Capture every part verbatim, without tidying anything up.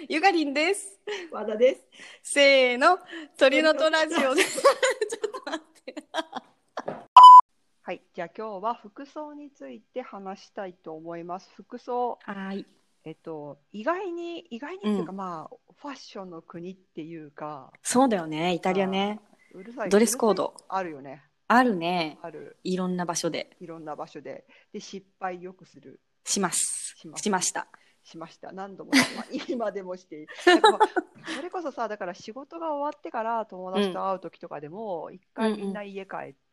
ゆかりんです。 和田です。 せーの、鳥のとラジオで。ちょっと待って。 はい、じゃあ今日は服装について話したいと思います。服装、 はい。 えっと、意外に、意外にっていうか、 うん。 まあ、ファッションの国っていうか、 そうだよね。イタリアあね。 ー、うるさい、 ドレうるさい、 スコード。 あるよね。 あるね。 ある。 いろんな場所で。 いろんな場所で。で、失敗よくする、 します。 します。 しました。 しました。何度もし、まあ、今でもしている。だから、まあ、それこそさ、だから仕事が終わってから友うん。 達と会う時とかでも、一回みんうんうん。 な家帰って、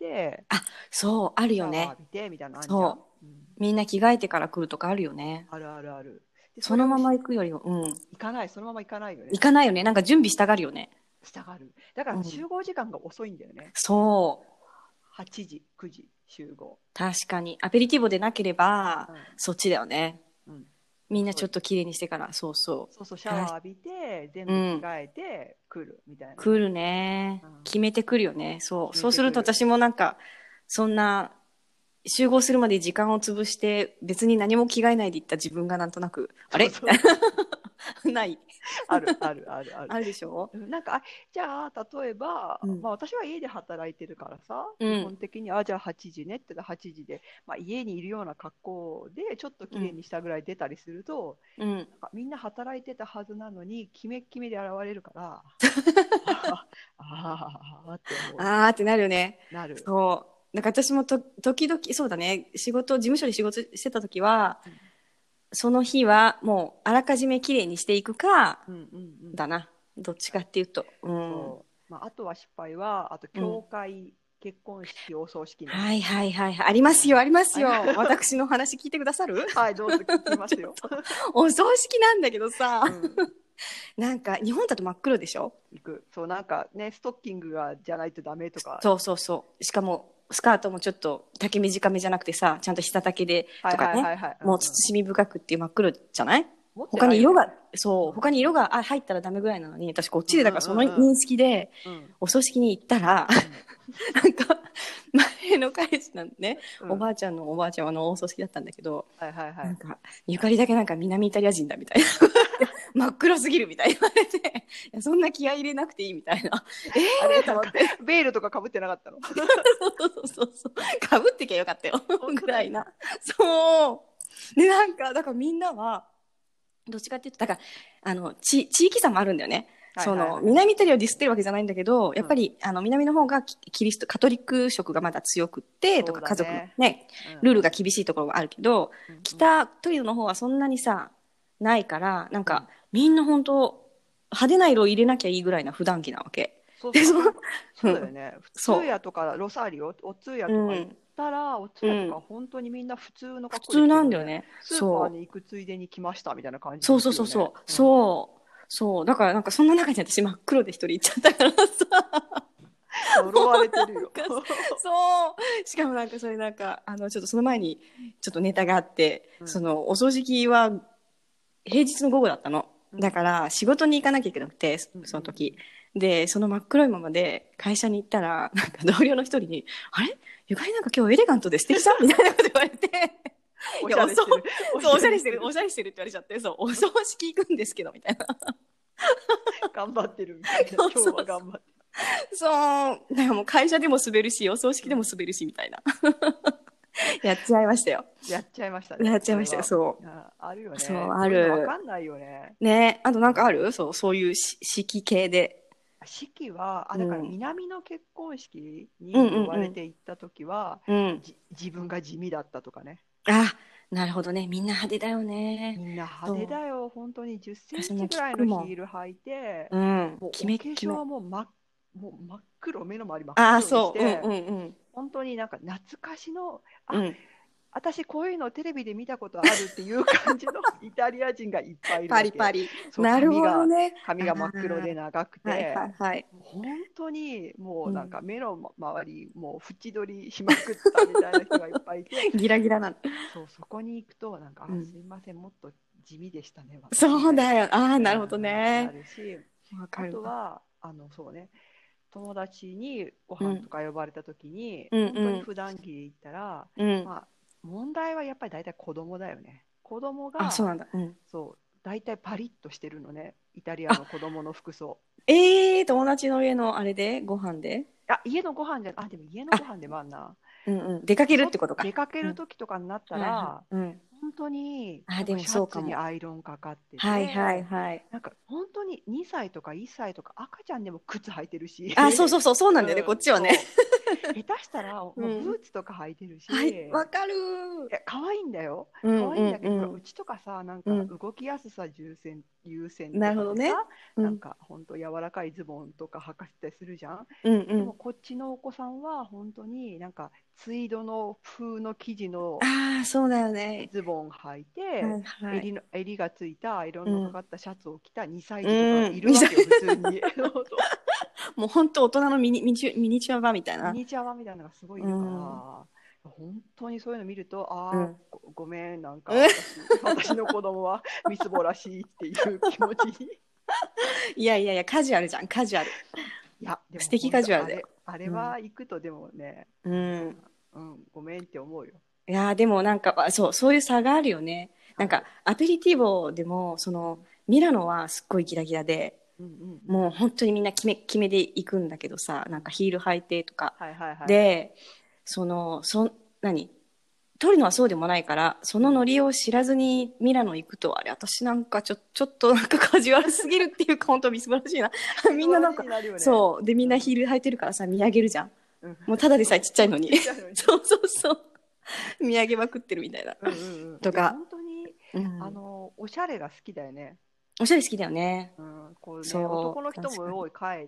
あ、そう、あるシャワーよね。 浴びてみたいなのあんじゃん。 そうん、 う。みんな着替えてから来るとかあるよね。 あるあるある。で、そそのままれをし行くよりも、うん。 行かない、そのまま行かないよね。 行かないよね。なんか準備したがるよね。 したがる。だからうん。 集合時間が遅いんだよね。 そう。 はちじ、くじ集合。 確かに。アペリティボでなければ、 うん。 そっちだよね。 うん。 みんなちょっ遅い。 と綺麗にしてから、そうそう。 そうそう、シャたワー浴びて、全部着うん。 替えて来るみたいなね。 来るね。 うん。 決めてくるよね。そう。 決めそうすてくる。 ると私もなんか、そんな、集合するまで時間を潰して、別に何も着替えないで行った自分がなんとなく、あそうれみたいそうそう。 な。ない。 あるあるあるある。 あるでしょ？ うん、なんか、あ、じゃあ、例えば、 うん。 まあ私は家で働いてるからさ、基うん。 本的に、あ、じゃあはちじねって言ったらはちじで、まあ家にいるような格好で、ちょっと綺麗うん。 にしたぐらい出たりすると、 うん。 なんかみんな働いてたはずなのに、キメッキメで現れるから、あああって思う。 あーってなるよね。 なる。 そう。だから私もと、時々、そうだね。仕事、事務所で仕事してた時は、 うんその日はもうあらかじめ綺麗にしていくか、 うんうんうん。 だな。どっちかっていうと。うん。 そう。まあ、あとは失敗は、あと、 うん。 教会、結婚式、お葬式ね。 はいはいはいはい。ありますよ、あありますー、あ、 よ。私の話聞いてくださる？ はい、どうぞ聞きまちょすよ。 っと、お葬式なんだけどさ、 うん。 なんか日本だと真っ黒でしょ？ 行く。そう、なんかね、ストッキングがじゃないとダメとか。 そうそうそう。しかも、スカートもちょっと丈短めじゃなくてさ、ちゃんと膝丈ではいとかね、 はいはいはい。うんもううん。 慎み深くっていう真っ黒じゃない？ 持ってないよね。 他に色が、そう、 うん。 他に色があ入ったらダメぐらいなのに、私こっちでだからうんうんうその認ん識で、 うん。うん。 お葬式に行ったら、 うん。 なんか、前の彼氏なんでね、 うん。 おばあちゃんのおばあちゃんはあのお葬式だったんだけど、 はいはいはい。 なんか、ゆかりだけなんか南イタリア人だみたいな。真っ黒すぎるみたいな言われて、いやそんな気合い入れなくていいみたいな。えあれ、 ーと思って。 ベールとか被ってなかったの？ そうそうそうそう。かぶってきゃよかったよ。 本当だよね。 ぐらいな。そう。で、なんか、だからみんなは、どっちかっていうと、だから、あの、地、地域差もあるんだよね。 はいその、 はいはいはい。 南イタリアをディスってるわけじゃないんだけど、やうん。 っぱり、あの、南の方がキキリスト、カトリック色がまだ強くって、とそうか家族のだね。 ね、 うん。 ルールが厳しいところがあるけど、 うんうん。 北トリノの方はそんなにさ、ないから、なんか、 うん。 みんな本当派手な色を入れなきゃいいぐらいな普段着なわけ。で、 そうそう、 その、 ほん、 うん、 そうだよね。普通そ屋とかロサリオ、お通夜う、 とか行っうん、 たら、お通夜とかうん。 本当にみんな普通の格好で普通来てるよね。 なんだよね。 スーパーそう。 に行くついでに来ましたみたいな感じでそう行くよね。 そうそうそう。 うん。 そう。そう。だからなんかそんな中に私真っ黒で一人行っちゃったからさ。 呪われてるよ。 なんかそう。しかもなんかそれなんか、あの、ちょっとその前にちょっとネタがあって、 うん。 その、お葬式は平日の午後だったの。 うん。 だから仕事に行かなきゃいけなくて、 うんうんその時。で、その真っ黒いままで会社に行ったら、なんか同僚の一人に、あれゆかりなんか今日エレガントで素敵じゃんみたいなこと言われて、 おいや、おそう、 しゃれしてる。おそう、 しおしゃれしてる、おゃれしてる。 しゃれしてるって言われちゃって、そう、お葬式行くんですけど、みたいな。 頑張ってるみたいな。 そう今日そうそう。 は頑張ってる。 そう、だからもう会社でも滑るし、お葬式でもうん。 滑るし、みたいな。やっちゃいましたよ。 やっちゃいましたやっね。 ちゃいましたよ、 それは。 そあ、あるよう。そう、 ね。 あこういうのわる。 かんないよね。 ね、あとなんかあうん。 るそう、そういうし式系で。 式は、あ、だからうん。 南の結婚式うんに呼ばれうんて行った時は、 うん。うん。 じ、自分が地味だったとかね。 あ、なるほどね。みんな派手だよね。 みんな派手そう。 だよ。本当に10セン私もチぐらいのヒ聞くもん。 ール履いて、 うん。 もうお化決め、決め。 粧も真っ、もう真っ黒、目の周り真っああ、 黒にしそう。うんて、 うんうん。 本当になんか懐かしの、あ、 うん。 私こういうのテレビで見たことあるっていう感じのイタリア人がいっぱいいるパわけ。 リパリ。 そう、 なる髪が、 ほどね。あ髪が真っ黒で長くあ、はいはて、 いはい。 本当にもうなんうん。 か目の周り、もう縁取りしまくったみたいな人がいっぱいいて、 ギラギラなの。 そう、そこに行くと、なんか、あ、 うん。 すいません、もっと地味でしたね、私みたいそうだよ。ああ、 な、 なるほどうん、なね。 るし、あわかるわ。 とは、あの、そうね、友達にごうん。 飯とか呼ばれた時に、 うん本当にうん。 普段着で行ったら、 うん。 まあ、問題はやっぱり大体子供だよね。子供あ、そうが、 なんだ。うん。 そう、 大体パリッとしてるのね、イタリアの子供の服装。 えー、友達の家のあれでご飯であ、家のご飯じゃ、あ、でも家のご飯でもあんな。 うんうん、出かけるってことか。 出かけうんる時とかになったはいはいら、 うん、 本当にあでもなんかシャそうかも。 ツにアイロンかかってはいはいて、 はい。 なんか本当ににさいとかいっさいとか赤ちゃんでも靴履いてるし、 あ、そうそうそう、そうなんだよね、こっうん、 ちはね。 そう。下手したらもうブうん。 ーツとか履いてるし、 はい、わかるー。 いや、可愛いんだよ。 うんう可愛いんだけど、ほら、 んうん。 うちとかさ、なんかうん。 動きやすさ重先、優先なとかでさ、 るほどね。うん。 なんかほんと柔らかいズボンとか履かせたりするじゃん。 うんうん。 でもこっちのお子さんは本当になんかツイードの風の生地のああ、そうだよね。 ズボン履いて、 はいはい。 襟の、襟がついたアイロンのかうん。 かったシャツを着たにさいう児とかいん。 るわけよ、普通に。そうそう、 もう本当大人のミニ、ミニチュ、ミニチュア版みたいな。 ミニチュア版みたいなのがすごいいうるかん。 ら、本当にそういうの見ると、ああ、 うん。 ご、ごめん、なんかうん私、私の子供はみすぼらしいっていう気持ちに。 いやいやいや、カジュアルじゃん、カジュアル。 いや、で素敵も本カジュアルだよ。 当あれ、あれうん。 は行くとでもね、 うなんか、 ん。 うん、ごめんって思うよ。 いやーでもなんか、あそう、そういう差があるよね。なんか、 ある。 アペリティボでも、その、ミラノはすっごいギラギラで、 うんうんうん。 もう本当にみんな決め、決めで行くんだけどさ、 うん、 なんかヒール履いてとか。 はいはいはいはい。 で、その、そ、何取るのはそうでもないから、そのノリを知らずにミラノ行くと、あれ、私なんかちょ、ちょっとなんかカジュアルすぎるっていうか、本当に素晴らしいな。 みみんななんか、 すぼらしになるよね。 そう。で、みんうん。 なヒール履いてるからさ、見上げるじゃん。 うん。 もうただでさえそう。 ちっちゃいのに。 ちっちゃいのに。 そうそうそう。見上げまくってるみたいな。 うんうんうん。いや、 とか。 本当に、 うん。 あの、おしゃれが好きだよね。 おしゃれ好きだよね。 うん、こうね、男そう、 の人確かに。 も多い、帰って、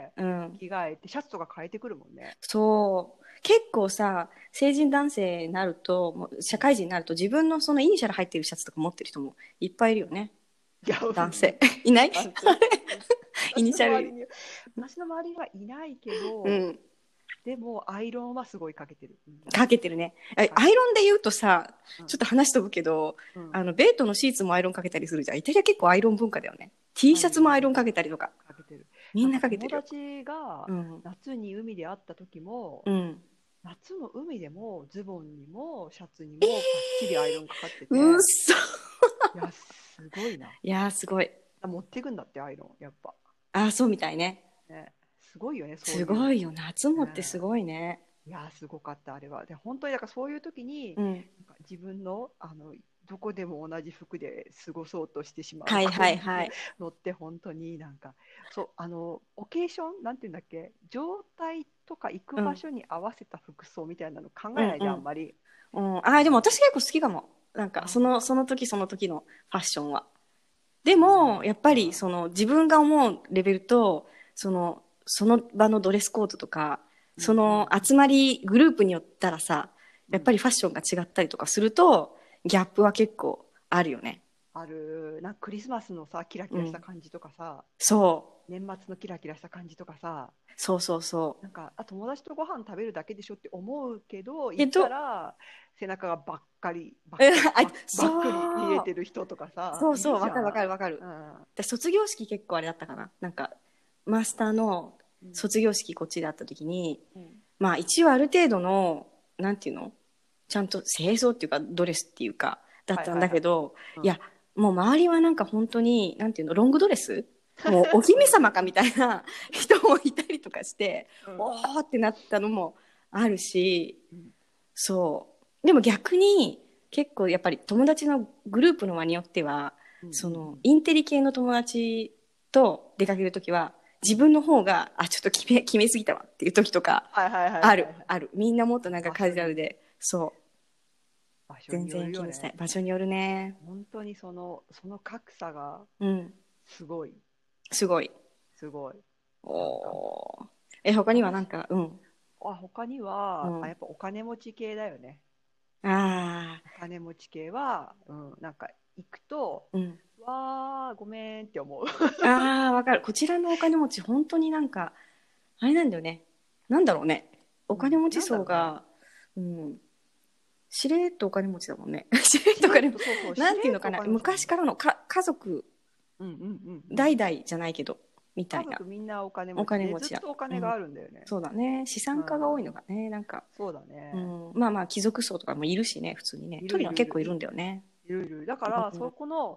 うん。 着替えて、シャツとか変えてくるもんね。 そう。結構さ、成人男性になると、もう社会人になると自分のそのイニシャル入ってるシャツとか持ってる人もいっぱいいるよね。 いや、うんうん、 男性。いない男性。 イ私ニシャル。 の周りに、私の周りにはいないけど、 うん。 でも、アイロンはすごいかけてる。みんな。 かけてるね。あかけてる。 アイロンで言うとさ、 うん。 ちょっと話飛ぶけど、 うん。 あの、ベッドのシーツもアイロンかけたりするじゃん。イタリア結構アイロン文化だよね。T かけてる、 シャツもアイロンかかけてる。 けたりとか。 かけてる。 みんななんか友かけてるよ。 達がうん。 夏に海で会った時も、 うん。 夏の海でもズボンにもシャツにもバッチリアイロンかかってて、 うっそ。 いや、すごいな。 いやー、すごい。 持ってくんだって、アイロン、やっぱ。 あー、そうみたいね。 ね、すごいよね、そういう。 すごいよ。夏もってすね、 ごいね。 いや、すごかった、あれは。で、本当に、だからそういう時に、 うん。 なんか自分の、あの、どこでも同じ服で過ごそうとしてしまう、 はいこういうはいはい。 のって本当になんか、そう、あの、オケーション、なんていうんだっけ、状態とか行くうん。 場所に合わせた服装みたいなの考えないで、あんうんうん。 まり。 うん、あー、でも私結構好きかも。なんか、 あ、 その、 本当。 その時その時のファッションは。でうも、 ん、 やっぱり、その、自分が思うレベルと、その、その場のドレスコードとか、 うん、うん、 その集まりグループによったらさ、 うん。 やっぱりファッションが違ったりとかすると、ギャップは結構あるよね。 ある、なんかクリスマスのさ、キラキラしたうん。 感じとかさ、 そう。 年末のキラキラした感じとかさ、 そうそうそなんか、あ、友達とご飯食べるだけでしょって思うけど、 う。け行ったど、 ら背中がばっかり、ばっえかり、 あ、 ばっばっくり見えそう。 てる人とかさ、いそうそう、わかるわるじゃん。 かるわかる。 うん。 で卒業式結構あれだったかな。なんか、マスターのうん。 卒業式こっちであった時に、 うん。 まあ一応ある程度の、なんていうのちゃんと清掃っていうかドレスっていうか、だったんはいはいはい。 だけど、 うん。 いや、もう周りはなんか本当に、なんていうの、ロングドレスもうお姫うん。 様かみたいな人もいたりとかして、 うん。 おーってなったのもあるし、 うん。 そう。でも逆に結構やっぱり友達のグループの輪によっては、 うん。うそのん。 インテリ系の友達と出かけるときは自分の方が、あ、ちょっと決め、決めすぎたわっていう時とか、 はいはいはいある、 はいはい。 ある。みんなもっとなんかカ場所に、 ジュアルで、そう。全場所による然気にしない。 よね。 場所によるね。 本当にその、その格差がうん。 すごい、 すごい。 すごい。なんか、 おー。え、他にはなん私、 か、うん。 あ、他には、あ、やうん。 っぱお金持ち系だよね。 あお金持ち系は、うん、なんか行くと、 ー。うん。 わー、ごめんって思う。 あー、わかる。こちらのお金持ち、本当になんか、あれなんだよね。なんだろうね。おうん、 金持ちなんだろうね。 層が、うん。しれっとお金持ちだもんね。しれっとお金、 しれっと、そうそう、しなんていうれっとおのかな。 金持ちだもんね。 昔からのか家族、 うんうんうんうん。 代々じゃないけど、みたいな。 家族みんなお金お持ちで、ずっ金持ちだ。 とお金がうん。 あるんだよね。 そうだね。資産家が多いうん、 のがね、なんか、 そうだうね。 ん。まあまあ、貴族層とかもいるしね、普通にね。 いトリノは結構いるいるいる。い、 るんだよね。 いるいる。だから、 うん。 そこの、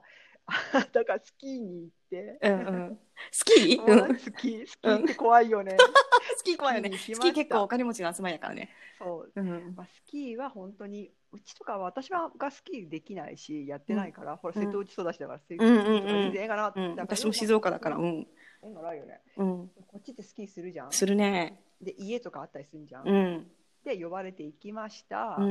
だからスキーに行って、 うんうん。スキー、 もううん、 なんかスキー、スキーって怖いよね。 スキー怖いよね。 スキーに行きスキーました。 結構お金持ちの集まりやからね。 そう。 うん。 まあ、スキーは本当に、うちとかは私はがスキーできないし、やってうん。 ないから、ほら、 うん。 瀬戸内育ちだから、スキうんうんーとか全然うん。 ええかな。 うん。 だから、 私も要は静岡だから、 本当に、 うん。 縁がないよね。 うん。 こっちってスキーするじゃん。 するね。 で、家とかあったりするじゃん。 うん。 で、呼ばれて行きました。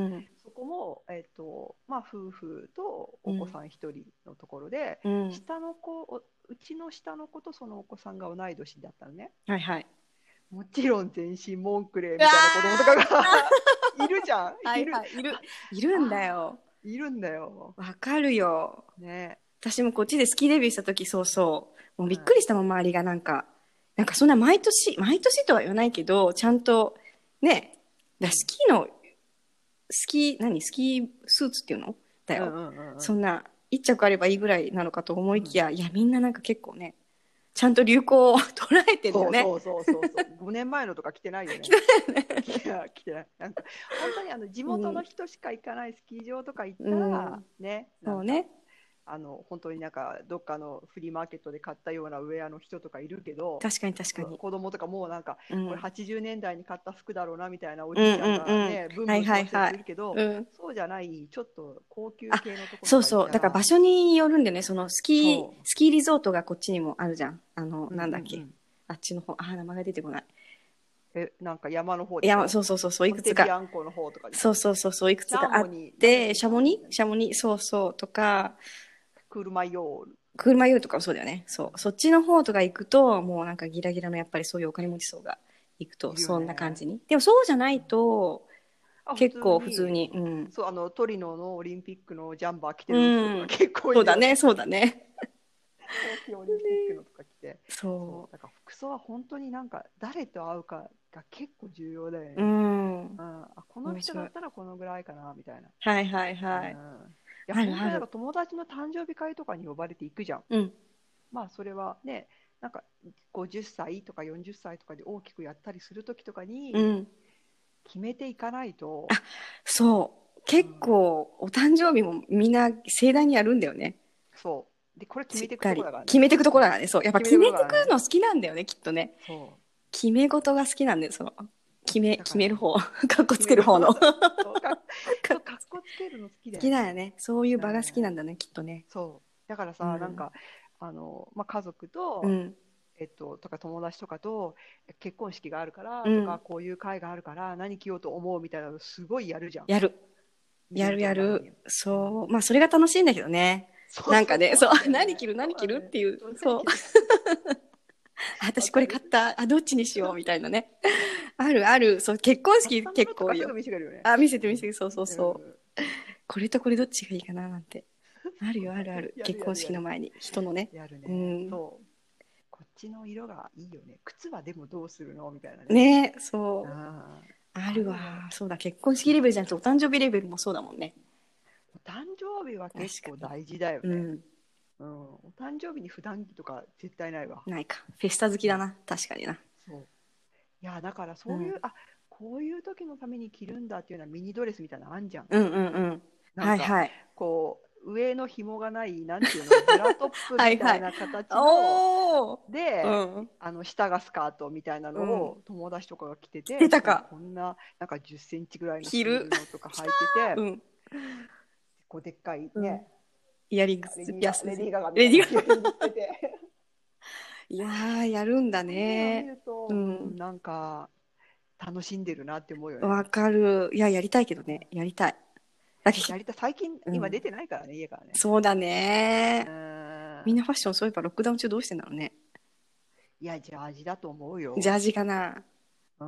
うん。 そこも、えっと、まあ、夫婦とお子うん。 さん一人のところで、 うん。 下の子、おうちの下の子とそのお子さんが同い年だったのね。 はいはい。 もちろん全身モンクレーうわみたいな子供とかがいるじゃん。 ーはいる。 いはい。いる。いるんだあよ。 ーいるんだよ。 わかるよ。 ね。 私もこっちでスキーデビューした時、そうそう。もうびっくうん。 りしたもん、周りがなんか。なんかそんな毎年、毎年とは言わないけど、ちゃんと、ね、だスキーの、スキー、何スキースーツっていうのだよ。 うんうんうんうん。 そんな、一着あればいいぐらいなのかと思うん。 いきや、いや、みんななんか結構ね、ちゃんと流行を捉えてんだよね。 そうそうそうそうそう。ごねんまえのとか来てないよね。来てない、来てない。なんか、本当にあの地元のうん。 人しか行かないスキー場とか行っうたら、 ん。 ね、なんか、 そうね。 あの、本当になんか、どっかのフリーマーケットで買ったようなウェアの人とかいるけど、 確かに確かに。 子供とかもうなんか、これうん。 はちじゅうねんだいに買った服だろうなみたいなおうんうじいちゃんんうん。 がね、ブンはいブン飛ばしてるはいはい。 人いるけど、 うん。 そうじゃない、ちょっと高級あ、 系のところとか行っそうそう。だから場たら、 所によるんでね、そのスキー、 そスキーリゾートがこっちにもあるじゃん。あの、 う、うんうなんだっけ。 んうん。 あっちの方。あ、名前が出てこない。 え、なんか山の方いや、 でしょ？ そうそうそうそう、いモンテビくつか。 アンコの方とかでしそうょ？ そうそうそう、いくシャーつかあっモニー、なんだって、 け、 シャモシャーモニーだね。 ニシャモニそうそうとか、 クールマイヨール。 車湯とかもそうだよね。そう。そっちの方とか行くと、もうなんかギラギラのやっぱりそういうお金持ち層が行くと、 いるよそんな感ね。 じに。でもそうじゃないと、 あ、普結構普通に、 通に、うん。 そう、あの、トリノのオリンピックのジャンバー着てうる人とかん。 結構いるよね。 そうだね、そうだね。 冬季オリンピックのとか着て。そう、 そだから服装は本当になんか誰と会うかが結構重要だよう。うね。 ん。 うん、あ、この面白い。 人だったらこのぐらいかなみたいな。 はいはいうん、いはい。 や、本当になんかあるある。 友達の誕生日会とかに呼ばれていくじゃん。 うん。 まあそれはね、なんかごじゅっさいとかよんじゅっさいとかで大きくやったりするときとかにうん。 決めていかないと、 あ、そう。結うん、 構、お誕生日もみんな盛大にやるんだよね。 そう。で、これ決めていくしっかり。 とこだからね。 決めていくところだからね。そう。やっぱ決めていく決めていくとこだからね。 の好きなんだよね、きっとね。 そ決め事が好きなんだよ、その。決め、 う。だから、 決める方。かっこつ決める方。 ける方の。 そうか、 かそう、かっこつけるの好きだ好よね。 きだよね。そういううん、 場が好きなんだね、きっとね。 そう。だからさ、なんうん。 か、あの、まあ、家族と、 うん。 えっと、とか友達とかと結婚式があるからとか、 うん。 こういう会があるから何着ようと思うみたいなのすごいやるじゃん。 やる。やイベンるやる。 トの前に。うん、 そう。まあ、それが楽しいんだけどね。 そうなんかね、 そうそうそう。 なんだよね。 何着る何着そうなんだよね。 るっていう。 そう、何そう。 着る。 あ私これ買わかる。 った。あ、どっちにしようみたいなね。あるある。そう。結婚買っ式たものとかすぐ結構いいよ。 見せるよね。 あ、見せて見せて。そうそううそう。 ん。 これとこれどっちがいいかななんて。あるよ、あるある。 やる結婚やるやる。 式の前に。人のね。 やるね。 うん。 そう。こっちの色がいいよね。靴はでもどうするのみたいなね。 ねえ、そう。 あああ、あるね。 るわ。そうだ、結婚式レベルじゃなくて、お誕生日レベルもそうだもんね。 誕生日は確結構かに。 大事だよね。 うん。 うん。お誕生日に普段着とか絶対ないわ。 ないか。フェスタ好きうん。 だな。確かにな。 そう。いや、だからうん。 そういう、あ、こういう時のために着るんだっていうようなミニドレスみたいなのあんじゃん。 うんうんうん。 なんか、 はいはい。 こう、上の紐がない、なんていうの、ブラトップはいはい。 みたいな形の、 おー。うで、 ん。 あの下がスカートみたいなのうん。 を友達とかが着て来てて、しかもたか。 こんな、なんかじゅっセンチぐらいのヒル。 ヒールのとか履いてて、 うん。 こうでっかいうん。 ね、 イヤリングス、 レディーガ、 ピアスし。 レディーガガみたいなレディーイヤリングつけて、 いやー、やるんだそういうのを見ね。 ると、うん、 うん。 なんか楽しんでるなって思うよね。 わかる。いや、やりたいけどね。やりたい。だけど、 やりたい、最近、 うん。 今出てないからね、家からね。 そうだうね。みんん。 なファッション、そういえばロックダウン中どうしてんだろうね。 いや、ジャージだと思うよ。 ジャージかな。 うん。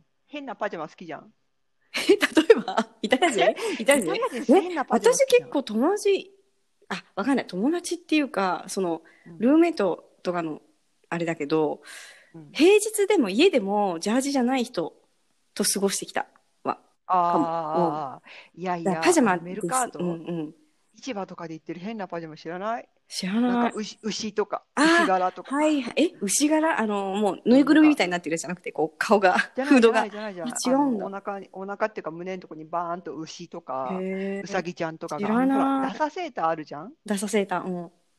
変なパジャマ好きじゃん。 え、例えば、イタリア人イタリイタリア人ア人え、 変なパジャマ好きじゃん。 私結構友達、あ、わかんない。友達っていうか、その、 うん。 ルームメイトとかの、あれだけど、 うん。 平日でも家でもジャージじゃない人と過ごしてきたわ。かも。うん。 ああ、いやいや、 だからパジャあのメルマです。うんうカート、 ん。 市場とかで売ってる変なパジャマ知らない？ 知らない。 なんか牛、牛とか、牛ああ、 柄とか。 はいはい。え、牛柄あの、もう、ぬうん、 いぐなんか、 るみみたいになってるじゃなくて、こう、顔が、 じゃないじゃなフードが。 いじゃないじゃない、 あ、違あの、 うんだ。 お腹に、お腹っていうか胸のとこにバーンと牛とか、 へえ、 うさぎちゃんとかが、あ知らの、ほら、 ない。 ダサセーターあるじゃん。 出させた。うん。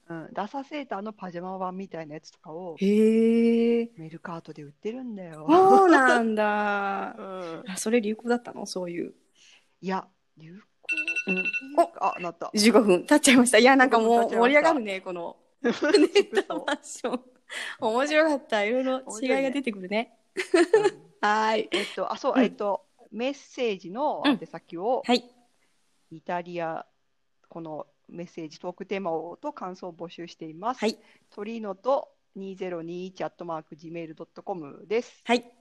うん、ダサセーターのパジャマ版みたいなやつとかをへえ。 メルカートで売ってるんだよ。 そうなんだ。 うん、 あ、それ流行だったのそういう。 いや、流行うん。 っていうお、 か、あ、なった。 じゅうごふん経っちゃいました。いや、なんかじゅうごふん経っもう盛りちゃいました。 上がるね、このネタフ嘘。 ァッション。面白かった。いろいろ面白いね。 違いが出てくるね。 うん、 はーい。 えっと、あ、そう、 うん。 えっと、メッセージのうん。 宛先を、 はい。 イタリア、このメッセージ、トークテーマをと感想を募集しています。 はい。 トリノとにせんにじゅういちアットマーク ジーメールドットコムです。 はい。